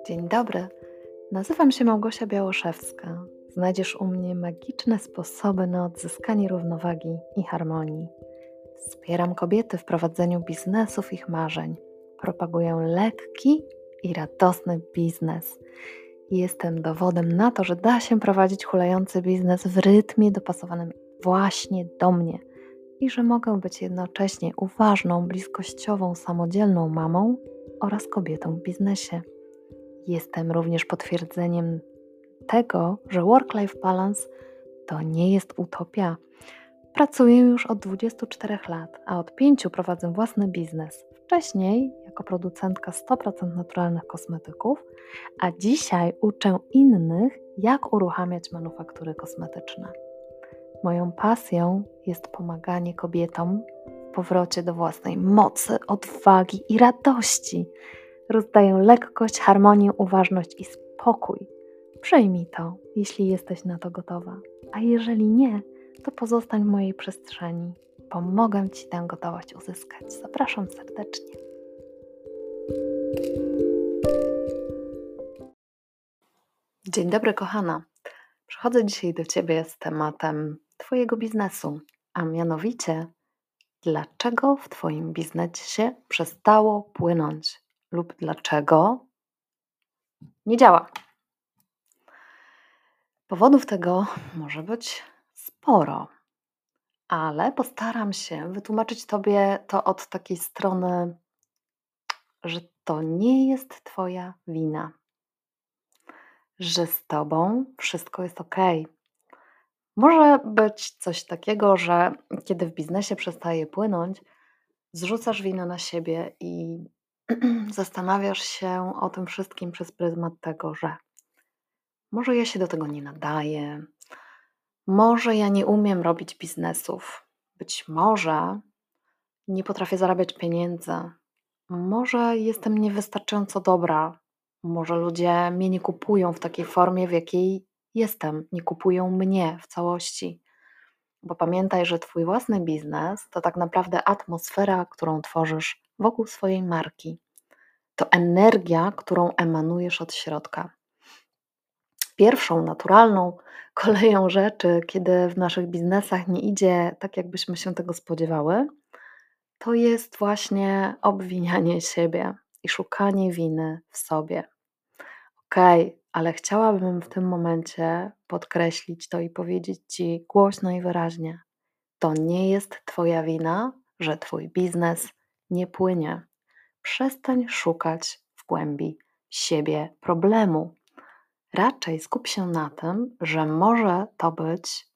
Dzień dobry, nazywam się Małgosia Białoszewska. Znajdziesz u mnie magiczne sposoby na odzyskanie równowagi i harmonii. Wspieram kobiety w prowadzeniu biznesów ich marzeń. Propaguję lekki i radosny biznes. Jestem dowodem na to, że da się prowadzić hulający biznes w rytmie dopasowanym właśnie do mnie i że mogę być jednocześnie uważną, bliskościową, samodzielną mamą oraz kobietą w biznesie. Jestem również potwierdzeniem tego, że work-life balance to nie jest utopia. Pracuję już od 24 lat, a od 5 prowadzę własny biznes. Wcześniej jako producentka 100% naturalnych kosmetyków, a dzisiaj uczę innych, jak uruchamiać manufaktury kosmetyczne. Moją pasją jest pomaganie kobietom w powrocie do własnej mocy, odwagi i radości. Rozdaję lekkość, harmonię, uważność i spokój. Przyjmij to, jeśli jesteś na to gotowa. A jeżeli nie, to pozostań w mojej przestrzeni. Pomogę Ci tę gotowość uzyskać. Zapraszam serdecznie. Dzień dobry, kochana. Przychodzę dzisiaj do Ciebie z tematem Twojego biznesu, a mianowicie dlaczego w Twoim biznesie przestało płynąć lub dlaczego nie działa. Powodów tego może być sporo, ale postaram się wytłumaczyć Tobie to od takiej strony, że to nie jest Twoja wina, że z Tobą wszystko jest ok. Może być coś takiego, że kiedy w biznesie przestaje płynąć, zrzucasz winę na siebie i zastanawiasz się o tym wszystkim przez pryzmat tego, że może ja się do tego nie nadaję, może ja nie umiem robić biznesów, być może nie potrafię zarabiać pieniędzy, może jestem niewystarczająco dobra, może ludzie mnie nie kupują w takiej formie, w jakiej jestem, nie kupują mnie w całości. Bo pamiętaj, że Twój własny biznes to tak naprawdę atmosfera, którą tworzysz wokół swojej marki. To energia, którą emanujesz od środka. Pierwszą, naturalną koleją rzeczy, kiedy w naszych biznesach nie idzie tak, jakbyśmy się tego spodziewały, to jest właśnie obwinianie siebie i szukanie winy w sobie. Okej, ale chciałabym w tym momencie podkreślić to i powiedzieć Ci głośno i wyraźnie. To nie jest Twoja wina, że Twój biznes nie płynie. Przestań szukać w głębi siebie problemu. Raczej skup się na tym, że może to być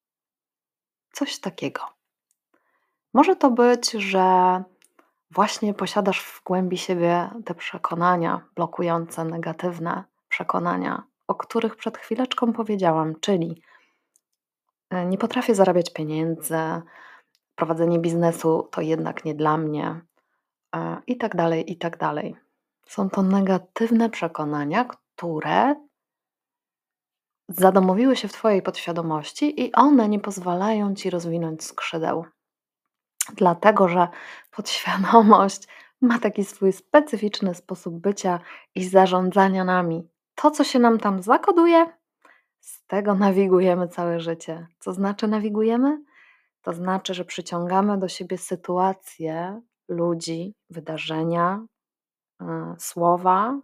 coś takiego. Może to być, że właśnie posiadasz w głębi siebie te przekonania blokujące, negatywne przekonania, o których przed chwileczką powiedziałam, czyli nie potrafię zarabiać pieniędzy, prowadzenie biznesu to jednak nie dla mnie i tak dalej, i tak dalej. Są to negatywne przekonania, które zadomowiły się w Twojej podświadomości i one nie pozwalają Ci rozwinąć skrzydeł. Dlatego, że podświadomość ma taki swój specyficzny sposób bycia i zarządzania nami. To, co się nam tam zakoduje, z tego nawigujemy całe życie. Co znaczy nawigujemy? To znaczy, że przyciągamy do siebie sytuacje, ludzi, wydarzenia, słowa,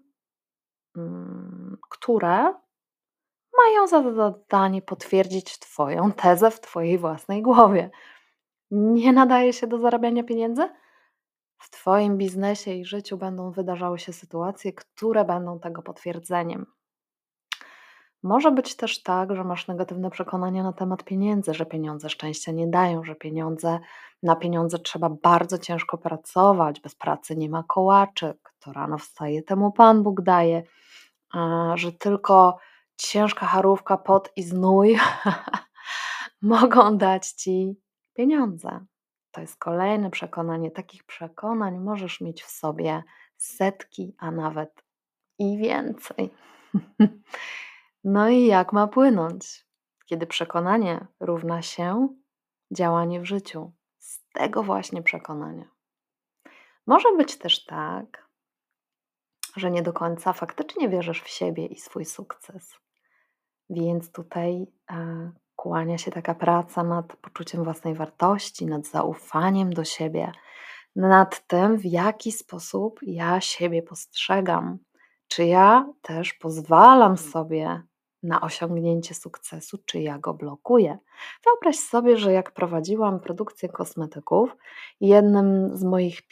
które mają za zadanie potwierdzić Twoją tezę w Twojej własnej głowie. Nie nadaje się do zarabiania pieniędzy? W Twoim biznesie i życiu będą wydarzały się sytuacje, które będą tego potwierdzeniem. Może być też tak, że masz negatywne przekonania na temat pieniędzy, że pieniądze szczęścia nie dają, że na pieniądze trzeba bardzo ciężko pracować, bez pracy nie ma kołaczy, kto rano wstaje, temu Pan Bóg daje, że tylko ciężka charówka, pot i znój mogą dać Ci pieniądze. To jest kolejne przekonanie. Takich przekonań możesz mieć w sobie setki, a nawet i więcej. No i jak ma płynąć? Kiedy przekonanie równa się działanie w życiu. Z tego właśnie przekonania. Może być też tak, że nie do końca faktycznie wierzysz w siebie i swój sukces. Więc tutaj kłania się taka praca nad poczuciem własnej wartości, nad zaufaniem do siebie, nad tym, w jaki sposób ja siebie postrzegam. Czy ja też pozwalam sobie na osiągnięcie sukcesu, czy ja go blokuję? Wyobraź sobie, że jak prowadziłam produkcję kosmetyków, jednym z moich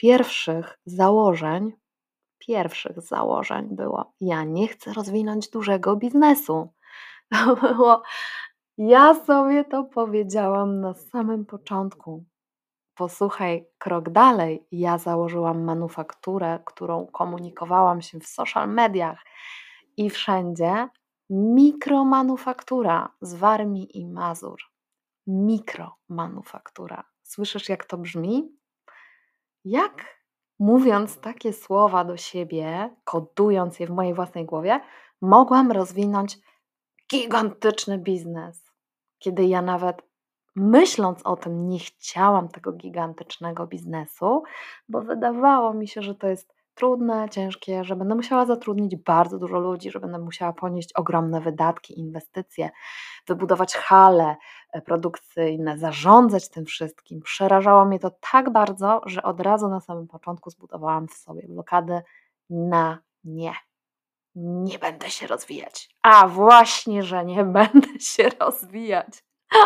pierwszych założeń było: ja nie chcę rozwinąć dużego biznesu. To było ja sobie to powiedziałam na samym początku. Posłuchaj, krok dalej. Ja założyłam manufakturę, którą komunikowałam się w social mediach i wszędzie. Mikromanufaktura z Warmii i Mazur. Mikromanufaktura. Słyszysz, jak to brzmi? Jak mówiąc takie słowa do siebie, kodując je w mojej własnej głowie, mogłam rozwinąć gigantyczny biznes, kiedy ja nawet myśląc o tym nie chciałam tego gigantycznego biznesu, bo wydawało mi się, że to jest trudne, ciężkie, że będę musiała zatrudnić bardzo dużo ludzi, że będę musiała ponieść ogromne wydatki, inwestycje, wybudować hale produkcyjne, zarządzać tym wszystkim. Przerażało mnie to tak bardzo, że od razu na samym początku zbudowałam w sobie blokady na nie. Nie będę się rozwijać. A właśnie, że nie będę się rozwijać.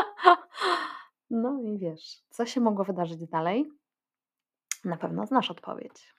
No i wiesz, co się mogło wydarzyć dalej? Na pewno znasz odpowiedź.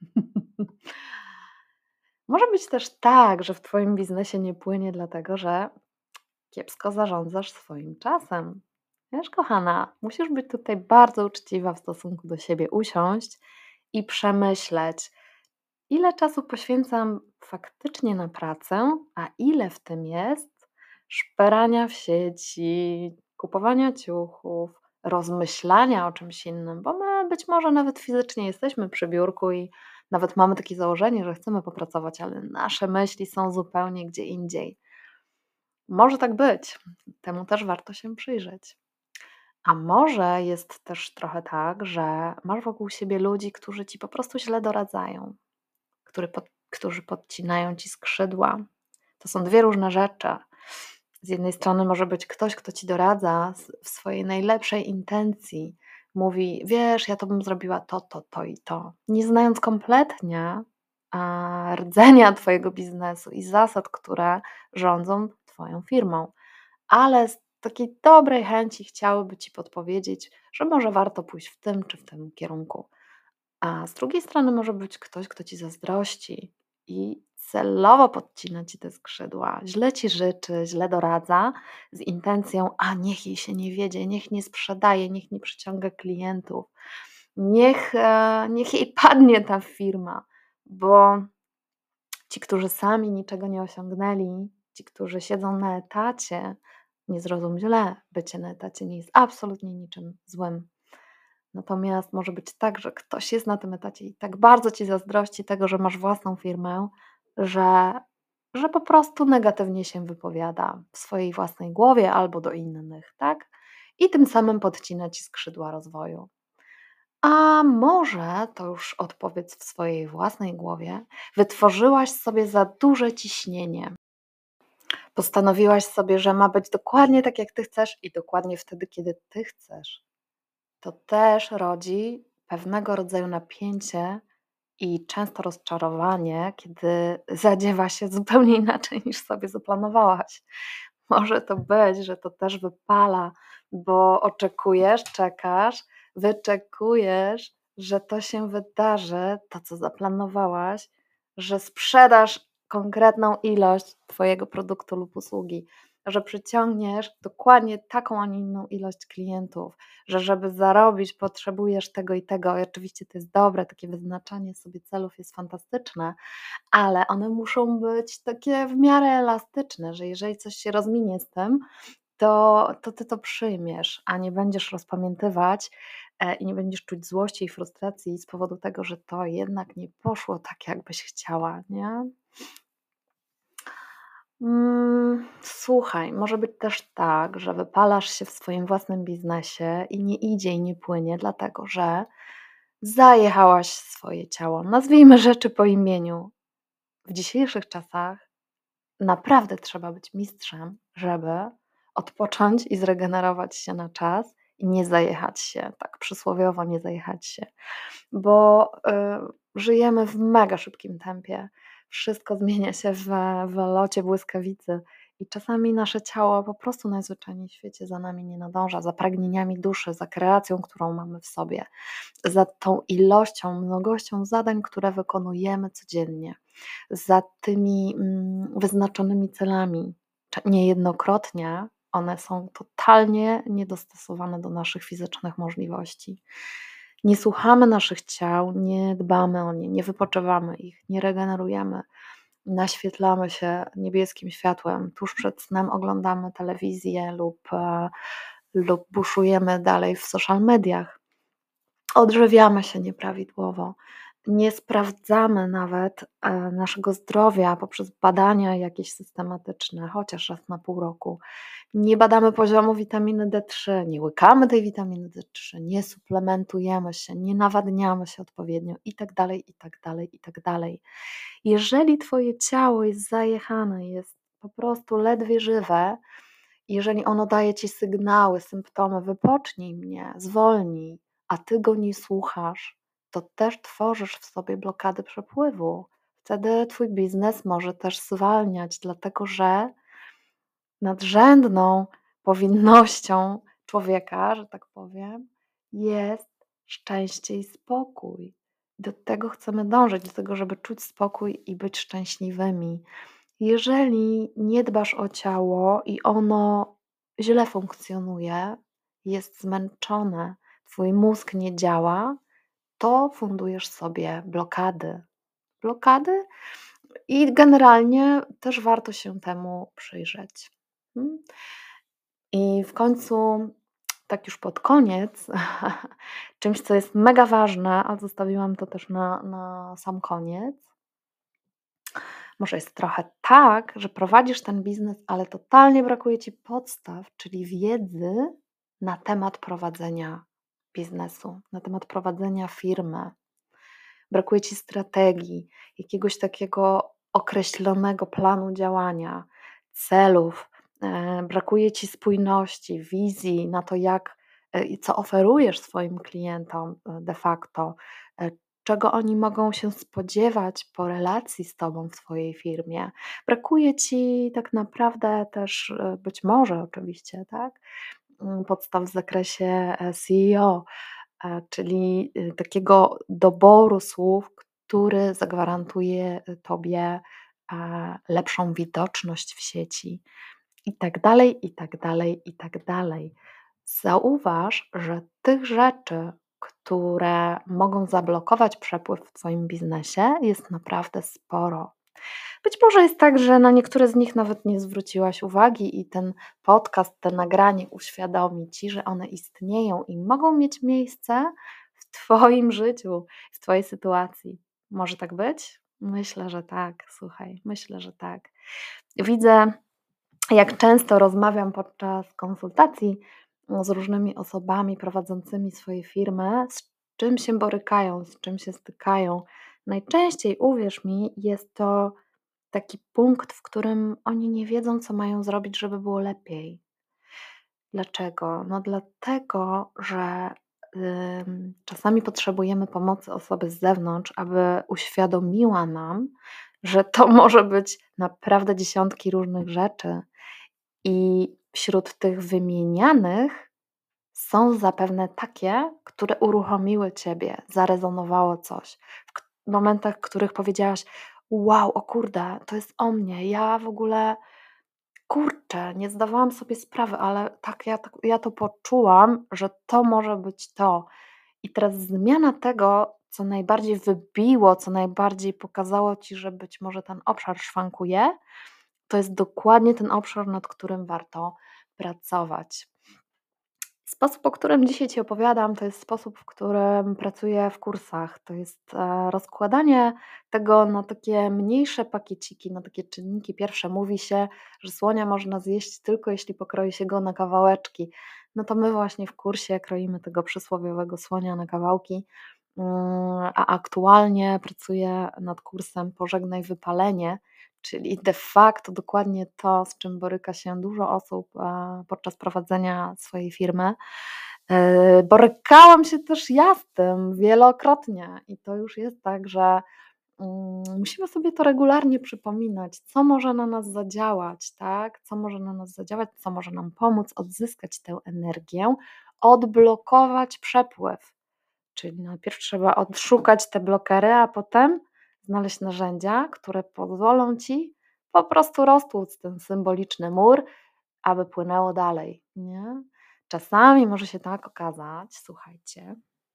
Może być też tak, że w Twoim biznesie nie płynie dlatego, że kiepsko zarządzasz swoim czasem. Wiesz, kochana, musisz być tutaj bardzo uczciwa w stosunku do siebie, usiąść i przemyśleć, ile czasu poświęcam faktycznie na pracę, a ile w tym jest szperania w sieci, kupowania ciuchów, rozmyślania o czymś innym, bo my być może nawet fizycznie jesteśmy przy biurku i nawet mamy takie założenie, że chcemy popracować, ale nasze myśli są zupełnie gdzie indziej. Może tak być, temu też warto się przyjrzeć. A może jest też trochę tak, że masz wokół siebie ludzi, którzy ci po prostu źle doradzają, którzy podcinają ci skrzydła. To są dwie różne rzeczy. Z jednej strony może być ktoś, kto ci doradza w swojej najlepszej intencji. Mówi, wiesz, ja to bym zrobiła to i to. Nie znając kompletnie rdzenia twojego biznesu i zasad, które rządzą twoją firmą. Ale z takiej dobrej chęci chciałyby ci podpowiedzieć, że może warto pójść w tym czy w tym kierunku. A z drugiej strony może być ktoś, kto ci zazdrości i celowo podcina ci te skrzydła, źle ci życzy, źle doradza z intencją, a niech jej się nie wiedzie, niech nie sprzedaje, niech nie przyciąga klientów, niech jej padnie ta firma, bo ci, którzy sami niczego nie osiągnęli, ci, którzy siedzą na etacie, nie zrozum źle, bycie na etacie nie jest absolutnie niczym złym. Natomiast może być tak, że ktoś jest na tym etacie i tak bardzo ci zazdrości tego, że masz własną firmę, że, że po prostu negatywnie się wypowiada w swojej własnej głowie albo do innych, tak? I tym samym podcina ci skrzydła rozwoju. A może, to już odpowiedz w swojej własnej głowie, wytworzyłaś sobie za duże ciśnienie. Postanowiłaś sobie, że ma być dokładnie tak, jak ty chcesz i dokładnie wtedy, kiedy ty chcesz. To też rodzi pewnego rodzaju napięcie i często rozczarowanie, kiedy zadziewa się zupełnie inaczej niż sobie zaplanowałaś. Może to być, że to też wypala, bo oczekujesz, czekasz, wyczekujesz, że to się wydarzy, to co zaplanowałaś, że sprzedasz konkretną ilość Twojego produktu lub usługi, że przyciągniesz dokładnie taką, a nie inną ilość klientów, że żeby zarobić potrzebujesz tego i tego. I oczywiście to jest dobre, takie wyznaczanie sobie celów jest fantastyczne, ale one muszą być takie w miarę elastyczne, że jeżeli coś się rozminie z tym, to ty to przyjmiesz, a nie będziesz rozpamiętywać i nie będziesz czuć złości i frustracji z powodu tego, że to jednak nie poszło tak, jakbyś chciała, nie? Słuchaj, może być też tak, że wypalasz się w swoim własnym biznesie i nie idzie i nie płynie, dlatego że zajechałaś swoje ciało. Nazwijmy rzeczy po imieniu. w dzisiejszych czasach naprawdę trzeba być mistrzem, żeby odpocząć i zregenerować się na czas i nie zajechać się, tak przysłowiowo nie zajechać się, bo, żyjemy w mega szybkim tempie. Wszystko zmienia się w locie błyskawicy i czasami nasze ciało po prostu najzwyczajniej w świecie za nami nie nadąża, za pragnieniami duszy, za kreacją, którą mamy w sobie, za tą ilością, mnogością zadań, które wykonujemy codziennie, za tymi, wyznaczonymi celami. Niejednokrotnie one są totalnie niedostosowane do naszych fizycznych możliwości. Nie słuchamy naszych ciał, nie dbamy o nie, nie wypoczywamy ich, nie regenerujemy, naświetlamy się niebieskim światłem, tuż przed snem oglądamy telewizję lub buszujemy dalej w social mediach. Odżywiamy się nieprawidłowo, nie sprawdzamy nawet, naszego zdrowia poprzez badania jakieś systematyczne, chociaż raz na pół roku. Nie badamy poziomu witaminy D3, nie łykamy tej witaminy D3, nie suplementujemy się, nie nawadniamy się odpowiednio i tak dalej, i tak dalej, i tak dalej. Jeżeli Twoje ciało jest zajechane, jest po prostu ledwie żywe, jeżeli ono daje Ci sygnały, symptomy: „Wypocznij mnie, zwolnij”, a Ty go nie słuchasz, to też tworzysz w sobie blokady przepływu. Wtedy Twój biznes może też zwalniać, dlatego że nadrzędną powinnością człowieka, że tak powiem, jest szczęście i spokój. Do tego chcemy dążyć, do tego, żeby czuć spokój i być szczęśliwymi. Jeżeli nie dbasz o ciało i ono źle funkcjonuje, jest zmęczone, twój mózg nie działa, to fundujesz sobie blokady. Blokady i generalnie też warto się temu przyjrzeć. Mm. I w końcu, tak już pod koniec, czymś, co jest mega ważne, a zostawiłam to też na sam koniec, może jest trochę tak, że prowadzisz ten biznes, ale totalnie brakuje ci podstaw, czyli wiedzy na temat prowadzenia biznesu, na temat prowadzenia firmy. Brakuje ci strategii, jakiegoś takiego określonego planu działania, celów, brakuje ci spójności, wizji na to, jak i co oferujesz swoim klientom de facto, e, czego oni mogą się spodziewać po relacji z tobą w twojej firmie. Brakuje ci tak naprawdę też, być może oczywiście, tak, podstaw w zakresie CEO, czyli takiego doboru słów, który zagwarantuje tobie lepszą widoczność w sieci i tak dalej, i tak dalej, i tak dalej. Zauważ, że tych rzeczy, które mogą zablokować przepływ w twoim biznesie, jest naprawdę sporo. Być może jest tak, że na niektóre z nich nawet nie zwróciłaś uwagi i ten podcast, to nagranie uświadomi ci, że one istnieją i mogą mieć miejsce w twoim życiu, w twojej sytuacji. Może tak być? Myślę, że tak. Słuchaj, myślę, że tak. Widzę, jak często rozmawiam podczas konsultacji z różnymi osobami prowadzącymi swoje firmy, z czym się borykają, z czym się stykają. Najczęściej, uwierz mi, jest to taki punkt, w którym oni nie wiedzą, co mają zrobić, żeby było lepiej. Dlaczego? No dlatego, że czasami potrzebujemy pomocy osoby z zewnątrz, aby uświadomiła nam, że to może być naprawdę dziesiątki różnych rzeczy i wśród tych wymienianych są zapewne takie, które uruchomiły ciebie, zarezonowało coś. W momentach, w których powiedziałaś: „Wow, o kurde, to jest o mnie. Ja w ogóle, kurczę, nie zdawałam sobie sprawy, ale ja to poczułam, że to może być to”. I teraz zmiana tego, co najbardziej wybiło, co najbardziej pokazało ci, że być może ten obszar szwankuje, to jest dokładnie ten obszar, nad którym warto pracować. Sposób, o którym dzisiaj ci opowiadam, to jest sposób, w którym pracuję w kursach. To jest, rozkładanie tego na takie mniejsze pakieciki, na takie czynniki pierwsze. Mówi się, że słonia można zjeść tylko jeśli pokroi się go na kawałeczki. No to my właśnie w kursie kroimy tego przysłowiowego słonia na kawałki, a aktualnie pracuję nad kursem Pożegnaj wypalenie, czyli de facto dokładnie to, z czym boryka się dużo osób, podczas prowadzenia swojej firmy. Borykałam się też ja z tym wielokrotnie i to już jest tak, że musimy sobie to regularnie przypominać, co może na nas zadziałać, tak? Co może na nas zadziałać, co może nam pomóc odzyskać tę energię, odblokować przepływ. Czyli najpierw trzeba odszukać te blokery, a potem znaleźć narzędzia, które pozwolą ci po prostu roztłuc ten symboliczny mur, aby płynęło dalej, nie? Czasami może się tak okazać, słuchajcie,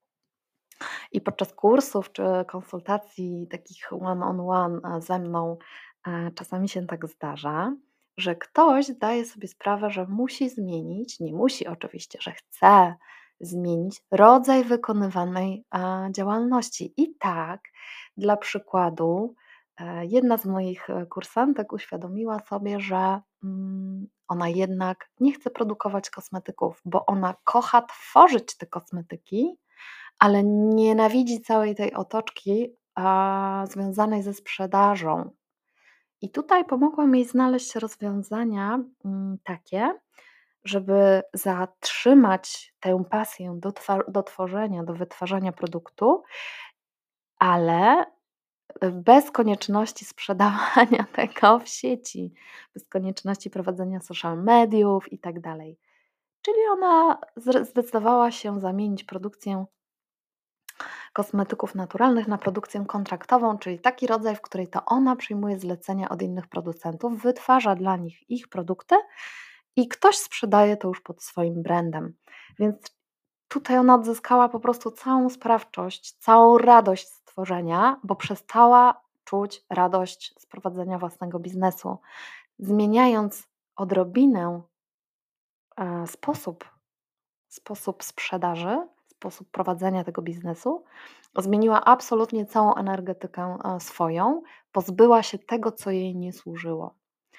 i podczas kursów czy konsultacji takich one on one ze mną, czasami się tak zdarza, że ktoś zdaje sobie sprawę, że musi zmienić, nie musi oczywiście, że chce zmienić rodzaj wykonywanej, działalności. I tak, dla przykładu, jedna z moich, kursantek uświadomiła sobie, że, ona jednak nie chce produkować kosmetyków, bo ona kocha tworzyć te kosmetyki, ale nienawidzi całej tej otoczki, związanej ze sprzedażą. I tutaj pomogłam jej znaleźć rozwiązania, takie, żeby zatrzymać tę pasję do tworzenia, do wytwarzania produktu, ale, bez konieczności sprzedawania tego w sieci, bez konieczności prowadzenia social mediów i tak dalej. Czyli ona zdecydowała się zamienić produkcję kosmetyków naturalnych na produkcję kontraktową, czyli taki rodzaj, w której to ona przyjmuje zlecenia od innych producentów, wytwarza dla nich ich produkty i ktoś sprzedaje to już pod swoim brandem. Więc tutaj ona odzyskała po prostu całą sprawczość, całą radość z tworzenia, bo przestała czuć radość z prowadzenia własnego biznesu. Zmieniając odrobinę sposób sprzedaży, sposób prowadzenia tego biznesu, zmieniła absolutnie całą energetykę, swoją, pozbyła się tego, co jej nie służyło.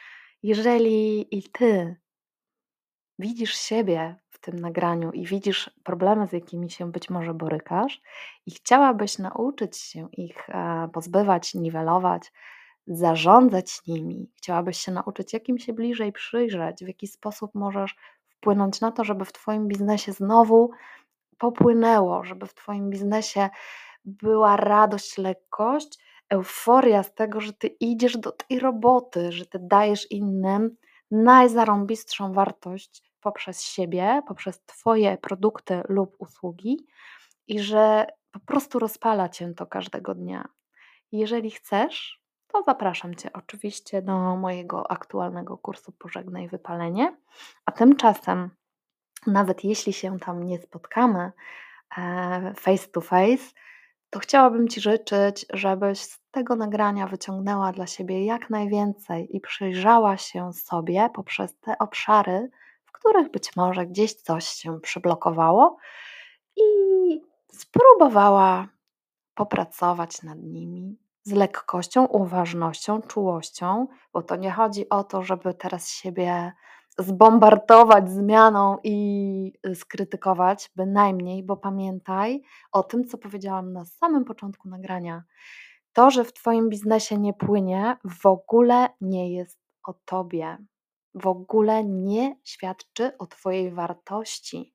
Jeżeli i ty widzisz siebie w tym nagraniu i widzisz problemy, z jakimi się być może borykasz i chciałabyś nauczyć się ich, pozbywać, niwelować, zarządzać nimi, chciałabyś się nauczyć, jak im się bliżej przyjrzeć, w jaki sposób możesz wpłynąć na to, żeby w twoim biznesie znowu popłynęło, żeby w twoim biznesie była radość, lekkość, euforia z tego, że ty idziesz do tej roboty, że ty dajesz innym najzarąbistszą wartość poprzez siebie, poprzez twoje produkty lub usługi i że po prostu rozpala cię to każdego dnia. Jeżeli chcesz, to zapraszam cię oczywiście do mojego aktualnego kursu Pożegnaj wypalenie, a tymczasem nawet jeśli się tam nie spotkamy, face to face, to chciałabym ci życzyć, żebyś z tego nagrania wyciągnęła dla siebie jak najwięcej i przyjrzała się sobie poprzez te obszary, w których być może gdzieś coś się przyblokowało i spróbowała popracować nad nimi z lekkością, uważnością, czułością, bo to nie chodzi o to, żeby teraz siebie zbombardować zmianą i skrytykować, bynajmniej, bo pamiętaj o tym, co powiedziałam na samym początku nagrania. To, że w Twoim biznesie nie płynie, w ogóle nie jest o Tobie. W ogóle nie świadczy o Twojej wartości.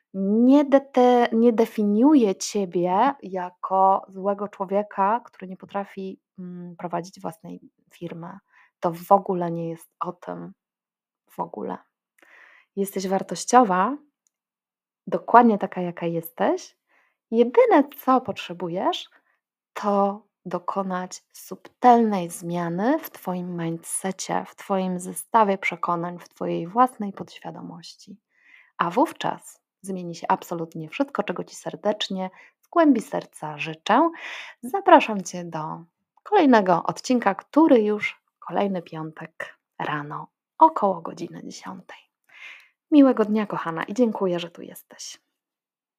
Nie definiuje ciebie jako złego człowieka, który nie potrafi, prowadzić własnej firmy. To w ogóle nie jest o tym, w ogóle. Jesteś wartościowa, dokładnie taka, jaka jesteś. Jedyne, co potrzebujesz, to dokonać subtelnej zmiany w Twoim mindsetie, w Twoim zestawie przekonań, w Twojej własnej podświadomości. A wówczas zmieni się absolutnie wszystko, czego Ci serdecznie, z głębi serca życzę. Zapraszam Cię do kolejnego odcinka, który już kolejny piątek rano, około godziny 10. Miłego dnia, kochana, i dziękuję, że tu jesteś.